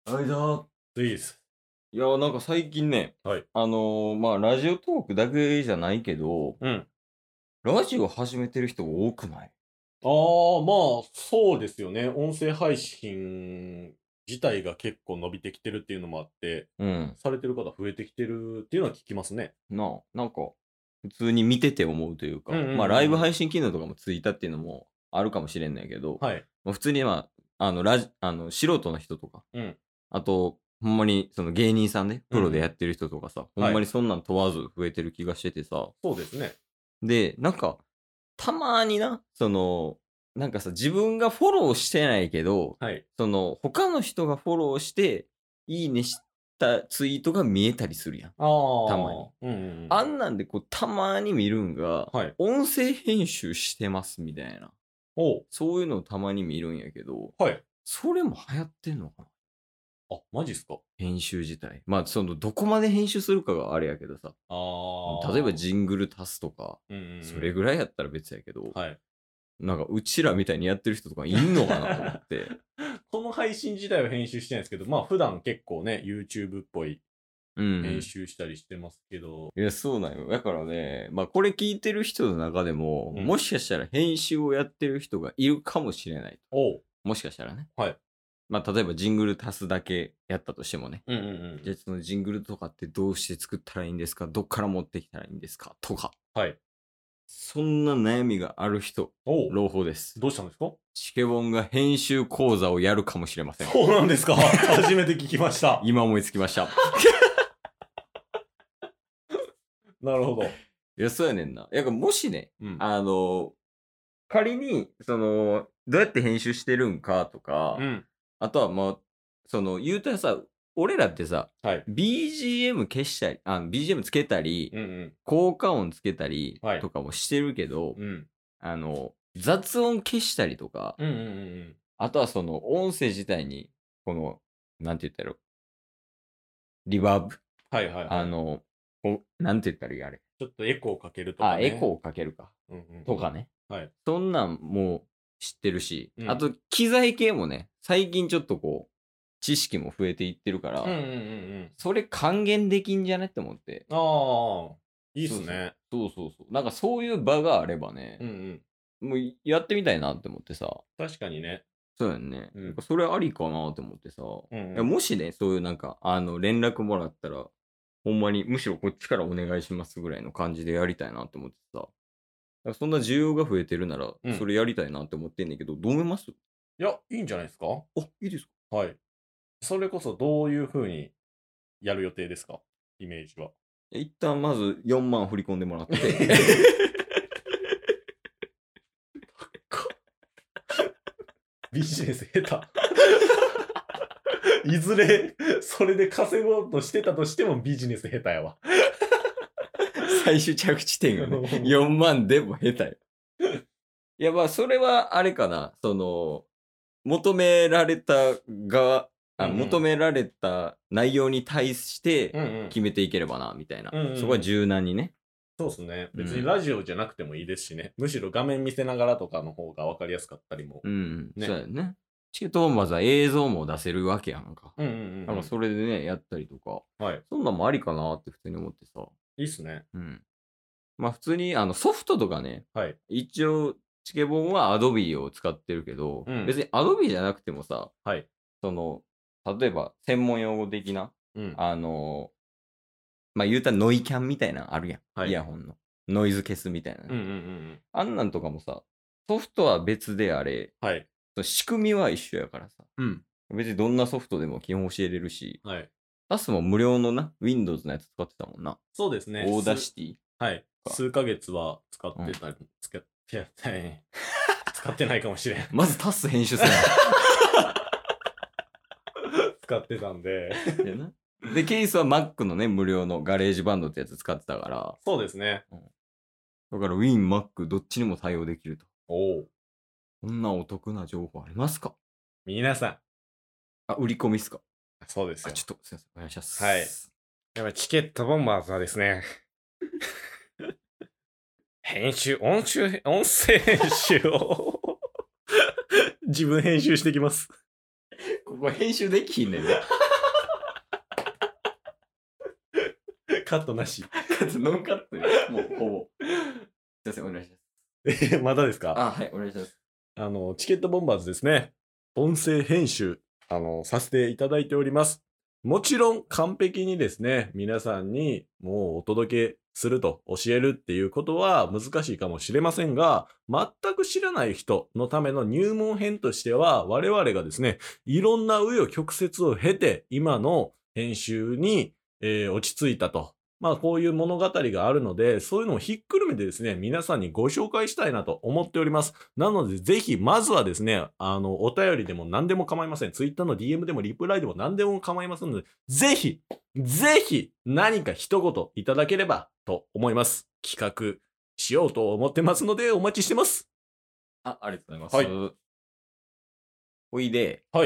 はいだ。 いいです。 いや、なんか最近ね、 はい。 ラジオトークだけじゃないけど、 うん。 ラジオ始めてる人が多くない？ ああ、そうですよね。音声配信自体が結構伸びてきてるっていうのもあって、 うん。 されてる方増えてきてるっていうのは聞きますね。 なんか、普通に見てて思うというか、 うんうんライうんうん。 ブ配信機能とかもついたっていうのもあるかもしれんないけど、 はい。 普通に素人の人とか、 うん。 あと、ほんまにその芸人さんで、プロでやうんうん。 ってる人とかさ、ほんはい。 まにそんなん問わず増えてる気がしててさ、 そうですね。 で、なんか、たまにな、なんかさ、自分がフォローしてないけど、 はい。 他の人がフォローして、いいねしたツイートが見えたりするやん。 ああ、 たまに。 うんうんうん。 あんなんで、たまに見るんが、 はい。 音声編集してますみたいな。 おう。 そういうのをたまに見るんやけど、 はい。 それも流行ってんのかな？ あ、マジっすか？ 編集自体。どこまで編集するかがあれやけどさ。 あ例えばあ。 ジングル足すとか、 うんうんそれうん。 ぐらいやったら別やけど、 はい。 なんか、うちらみたいにやってる人とかいんのかなと思って。 この配信自体は編集してないんですけど、普段結構ね、YouTube っぽいうんう編ん。 集したりしてますけど、 いや、そうなんよ。だからね、これ聞いてる人の中でも、 うん。 もしかしたら編集をやってる人がいるかもしれない。 おう。 もしかしたらね。 はい。 例えばジングル足すだけやったとしてもね。 うんうんうん。 じゃあそのジングルとかってどうして作ったらいいんですか？どっから持ってきたらいいんですか？とか。 はい。 そんな悩みがある人、 おう。 朗報です。 どうしたんですか？ チケボンが編集講座をやるかもしれません。 そうなんですか？初めて聞きました。 今思いつきました。 なるほど。 いや、そうやねんな。もしね、 うん。 仮に、どうやって編集してるんかとか、 うん。 あとは言うたらさ、俺らってさ、 はい。 BGM 消したり、BGM つけたり、 うんうん。 効果音つけたりはい。 とかもしてるけど、 うん。 雑音消したりとか、 うんうんうんうん。 あとは音声自体に、なんて言ったらいいの、リバーブはいはいはい。 なんて言ったらいいあれ。 ちょっとエコーかけるとかね。 エコーをかけるか。 うんうんうん。 とかね。 はい。 そんなんも知ってるし、 うん。 あと機材系もね、最近ちょっと知識も増えていってるから、 うんうんうんうん。 それ還元できんじゃねって思って。 ああ、いいっそうそう。 すね。 そうそうそう。なんかそういう場があればね、 うんうん。 もうやってみたいなって思ってさ。 確かにね。 そうやんね。 うん。 それありかなって思ってさ。 うんうん。 もしね、そういうなんか、連絡もらったら、ほんまに、むしろこっちからお願いしますぐらいの感じでやりたいなって思ってさ。そんな需要が増えてるなら、 うん。 それやりたいなって思ってんねんけど、どう思います？ いや、いいんじゃないですか？ いいですか？ はい。それこそどういう風にやる予定ですか？イメージは。 一旦まず4万振り込んでもらって。 ビジネス下手。いずれ、それで稼ごうとしてたとしてもビジネス下手やわ。 最終着地点がね、4万でも下手よ。いや、それはあれかな。求められた側、 うんうん。 求められた内容に対してうんうん。 決めていければな、みたいな。 うんうんそこはうん。 柔軟にね。 そうっすね。別にうん。 ラジオじゃなくてもいいですしね。むしろ画面見せながらとかの方が分かりやすかったりも。 うん、そうね。 やね。チケットボンバーズは映像も出せるわけやんか。 うんうんうんうん。 それでね、やったりとか。 はい。 そんなんもありかなって普通に思ってさ。 いいっすね。 うん。普通にソフトとかね、 はい。 一応、チケボンは Adobe を使ってるけど、 うん。 別に Adobe じゃなくてもさ、 はい。 その、例えば専門用語的な、 うん。 言うたらノイキャンみたいなのあるやん。 はい。 イヤホンの。ノイズ消すみたいなね。 うんうんうんうん。 あんなんとかもさ、ソフトは別であれ、 はい。 仕組みは一緒やからさ。 うん。 別にどんなソフトでも基本教えれるし、 はい。 タスも無料のな、Windows のやつ使ってたもんな。 そうですね。 オーダーシティはい。 か。 数ヶ月は使っうん。 てたり、使ってないかもしれん。 まずタス編集せな。 使ってたんで。 でな。で、ケースは Mac のね、無料のガレージバンドってやつ使ってたから、 そうですね。 うん、だから Win、Mac どっちにも対応できると。 おお。 こんなお得な情報ありますか？ 皆さ売り込みっすか？ ん、そうですよ。 ちょっと、すいません。お願いしまはい。 す。 やっぱチケットボンバーズはですね、音声編集を自分編集してきます。 ここ編集できひんねんね。 カットなし。 ノンカットよ。もうほぼ。すいません、お願いします。 まだですか？ はい、お願いします。 チケットボンバーズですね。音声編集、させていただいております。もちろん完璧にですね、皆さんにもうお届けすると教えるっていうことは難しいかもしれませんが、全く知らない人のための入門編としては、我々がですね、いろんな紆余曲折を経て、今の編集に、落ち着いたと。まあこういう物語があるので、そういうのをひっくるめてですね、皆さんにご紹介したいなと思っております。なのでぜひ、まずはですね、お便りでも何でも構いません。Twitter の DM でもリプライでも何でも構いませんので、ぜひ何か一言いただければと思います。企画しようと思ってますので、お待ちしてます。 ありがとうございます。 はい。 ほいで、 はい。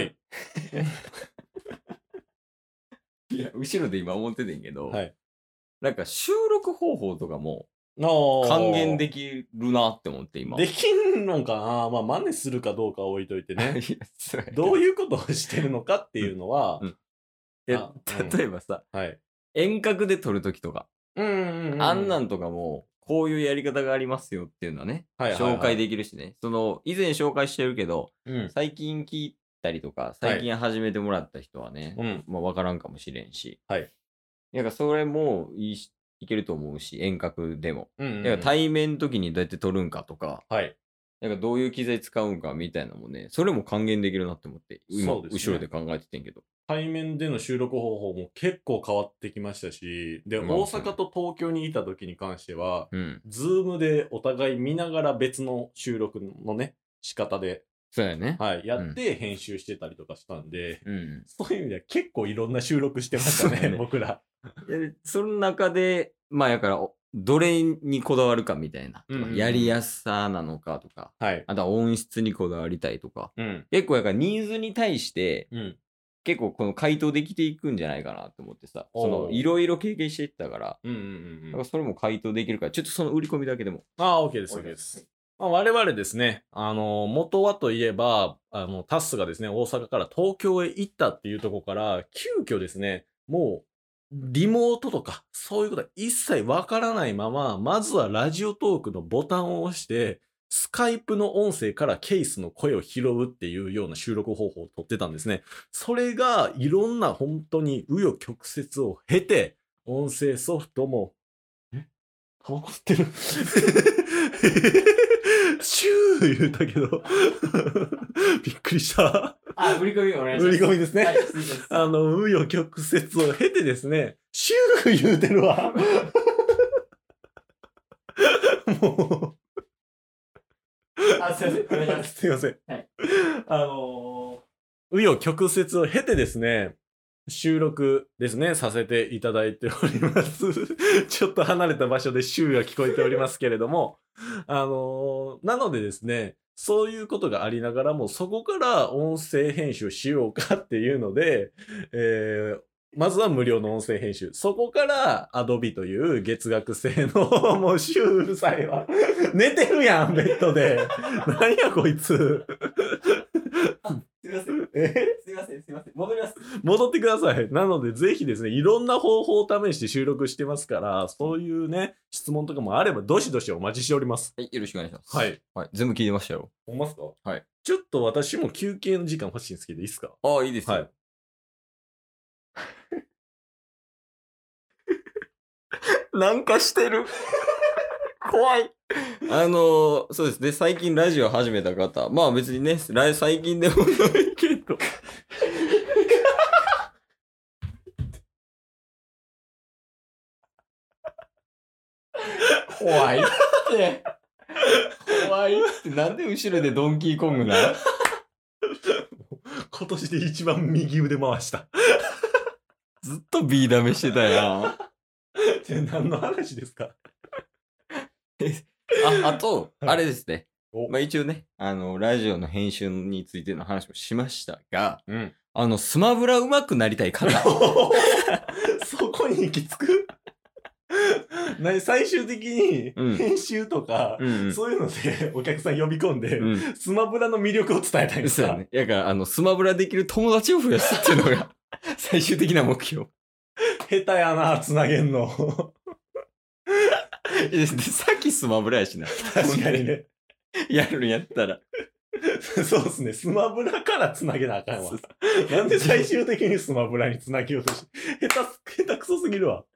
いや、後ろで今思っててんけど、 はい。 なんか収録方法とかも還還元できるなって思って今。 できんのかな。まあ真似するかどうかは置いといてね。 いやそうやどういうことをしてるのかっていうのは、 いや例えばさ、 はい。 遠隔で撮るときとか、あんなんとかも、こういうやり方がありますよっていうのはね、 はいはいはい紹介できるしね。以前紹介してるけど、 うん。 最近聞いたりとか、最近始めてもらった人はね、 うん。 まあ分からんかもしれんし。 はい。 なんかそれもいけると思うし、遠隔でも。 うんうんうんなんか対面の時にどうやって撮るんかとか、 はい。 なんかどういう機材使うんかみたいなのもね、それも還元できるなって思って、今、 そうですね後ろで考えててんけど。 対面での収録方法も結構変わってきましたし、で、 まあ大阪と東京にいた時に関しては、 うん。 ズームでお互い見ながら別の収録のね、仕方で、 そうやね。 はい、やって編集してたりとかしたんで、 うん。 そういう意味では結構いろんな収録してましたね、 そうだね僕ら。 その中で、まあやから、どれにこだわるかみたいな。 うんうんうんやりやすさなのかとか、 はい。 あとは音質にこだわりたいとか。 うん。 結構やからニーズに対して、 うん。 結構この回答できていくんじゃないかなと思ってさ、 おーいろいろ経験していったから、 うんうんうんうんだからそれも回答できるから、ちょっとその売り込みだけでも。 ああ、OK です、OK です。まあ、我々ですね、元はといえば、タスがですね、大阪から東京へ行ったっていうところから、急遽ですね、もう、リモートとか、そういうことは一切わからないまま、まずはラジオトークのボタンを押して、スカイプの音声からケースの声を拾うっていうような収録方法をとってたんですね。それが、いろんな本当に紆余曲折を経て、音声ソフトも、タバコ吸ってる。シュー言うたけど。びっくりした。 売り込みお願いします。 売り込みですね。 はい、失礼します。 紆余曲折を経てですね、シュー言うてるわ。もすいません、お願いしまう、 す。 すいません。 はい紆余曲折を経てですね、収録ですね、させていただいております。ちょっと離れた場所でシューが聞こえておりますけれども、なのでですね、そういうことがありながらも、そこから音声編集しようかっていうので、まずは無料の音声編集。そこから Adobe という月額制の、もうシューうるさいわ。寝てるやん、ベッドで。何やこいつ。 すいません。すいません、すいません。戻ります。 戻ってください。なので、ぜひですね、いろんな方法を試して収録してますから、そういうね、質問とかもあれば、どしどしお待ちしております。 はい、よろしくお願いします。 はい。 はい、全部聞いてましたよ。 ほんますか？ はい。 ちょっと私も休憩の時間欲しいんですけど、いいですか？ いいですよ。 はい。 なんかしてる。怖い。そうですね、最近ラジオ始めた方、まあ別にね、最近でもないけど。怖いって。怖いって。なんで後ろでドンキーコングな今年で一番右腕回した。 ずっとビーダメしてたやん。 何の話ですか？ あと、 はいあれですね。 おまあ一応ね、ラジオの編集についての話もしましたが、 うん。 スマブラ上手くなりたい方。 そこに行き着く最終的にうん編集とか、 うんうん。 そういうのでお客さん呼び込んで、 うん。 スマブラの魅力を伝えたいんですか。 そうやね。だから、スマブラできる友達を増やすっていうのが、最終的な目標。 下手やな、つなげんの。 でさっきスマブラやしな。 確かにね。 やるんやったら。 そうですね。スマブラからつなげなあかんわ。なんで最終的にスマブラにつなげようとし、下手くそすぎるわ。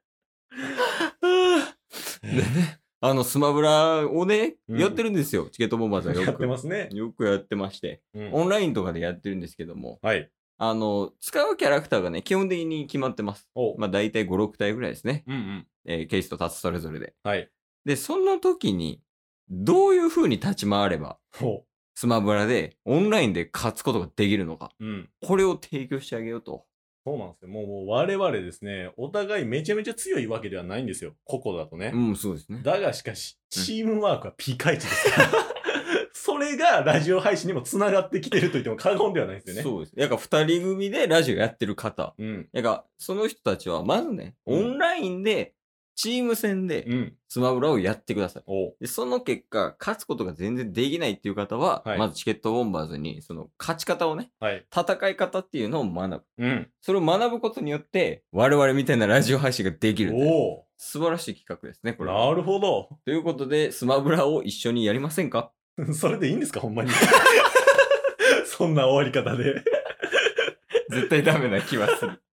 でね、スマブラをね、 うんやってるんですよ。チケットボンバーズはよく。 やってますね。 よくやってまして。 うんオンラインとかでやってるんですけども、 はい。 使うキャラクターがね、基本的に決まってます。 おまあ、大体5、6体ぐらいですね。 うんうん。 ケイスとタツそれぞれで。 はい。 で、その時に、どういう風に立ち回れば、 ほスマブラでオンラインで勝つことができるのか。 う。うん。 これを提供してあげようと。 そうなんですよ。もう我々ですね、お互いめちゃめちゃ強いわけではないんですよ。個々だとね。 うん、そうですね。 だがしかし、チームワークはピカイチですから。それがラジオ配信にも繋がってきてると言っても過言ではないですよね。 そうです。だから二人組でラジオやってる方。 うん。 だからその人たちは、まずね、オンラインで、チーム戦でうん。 スマブラをやってください。 おう。 で、その結果、勝つことが全然できないっていう方は、 はいまずチケットボンバーズに、その勝ち方をね、 はい。 戦い方っていうのを学ぶ。 うん。 それを学ぶことによって、我々みたいなラジオ配信ができる。 お素晴らしい企画ですね、こお。 れは。 なるほど。 ということで、スマブラを一緒にやりませんか？ それでいいんですか、ほんまに。そんな終わり方で。 絶対ダメな気はする。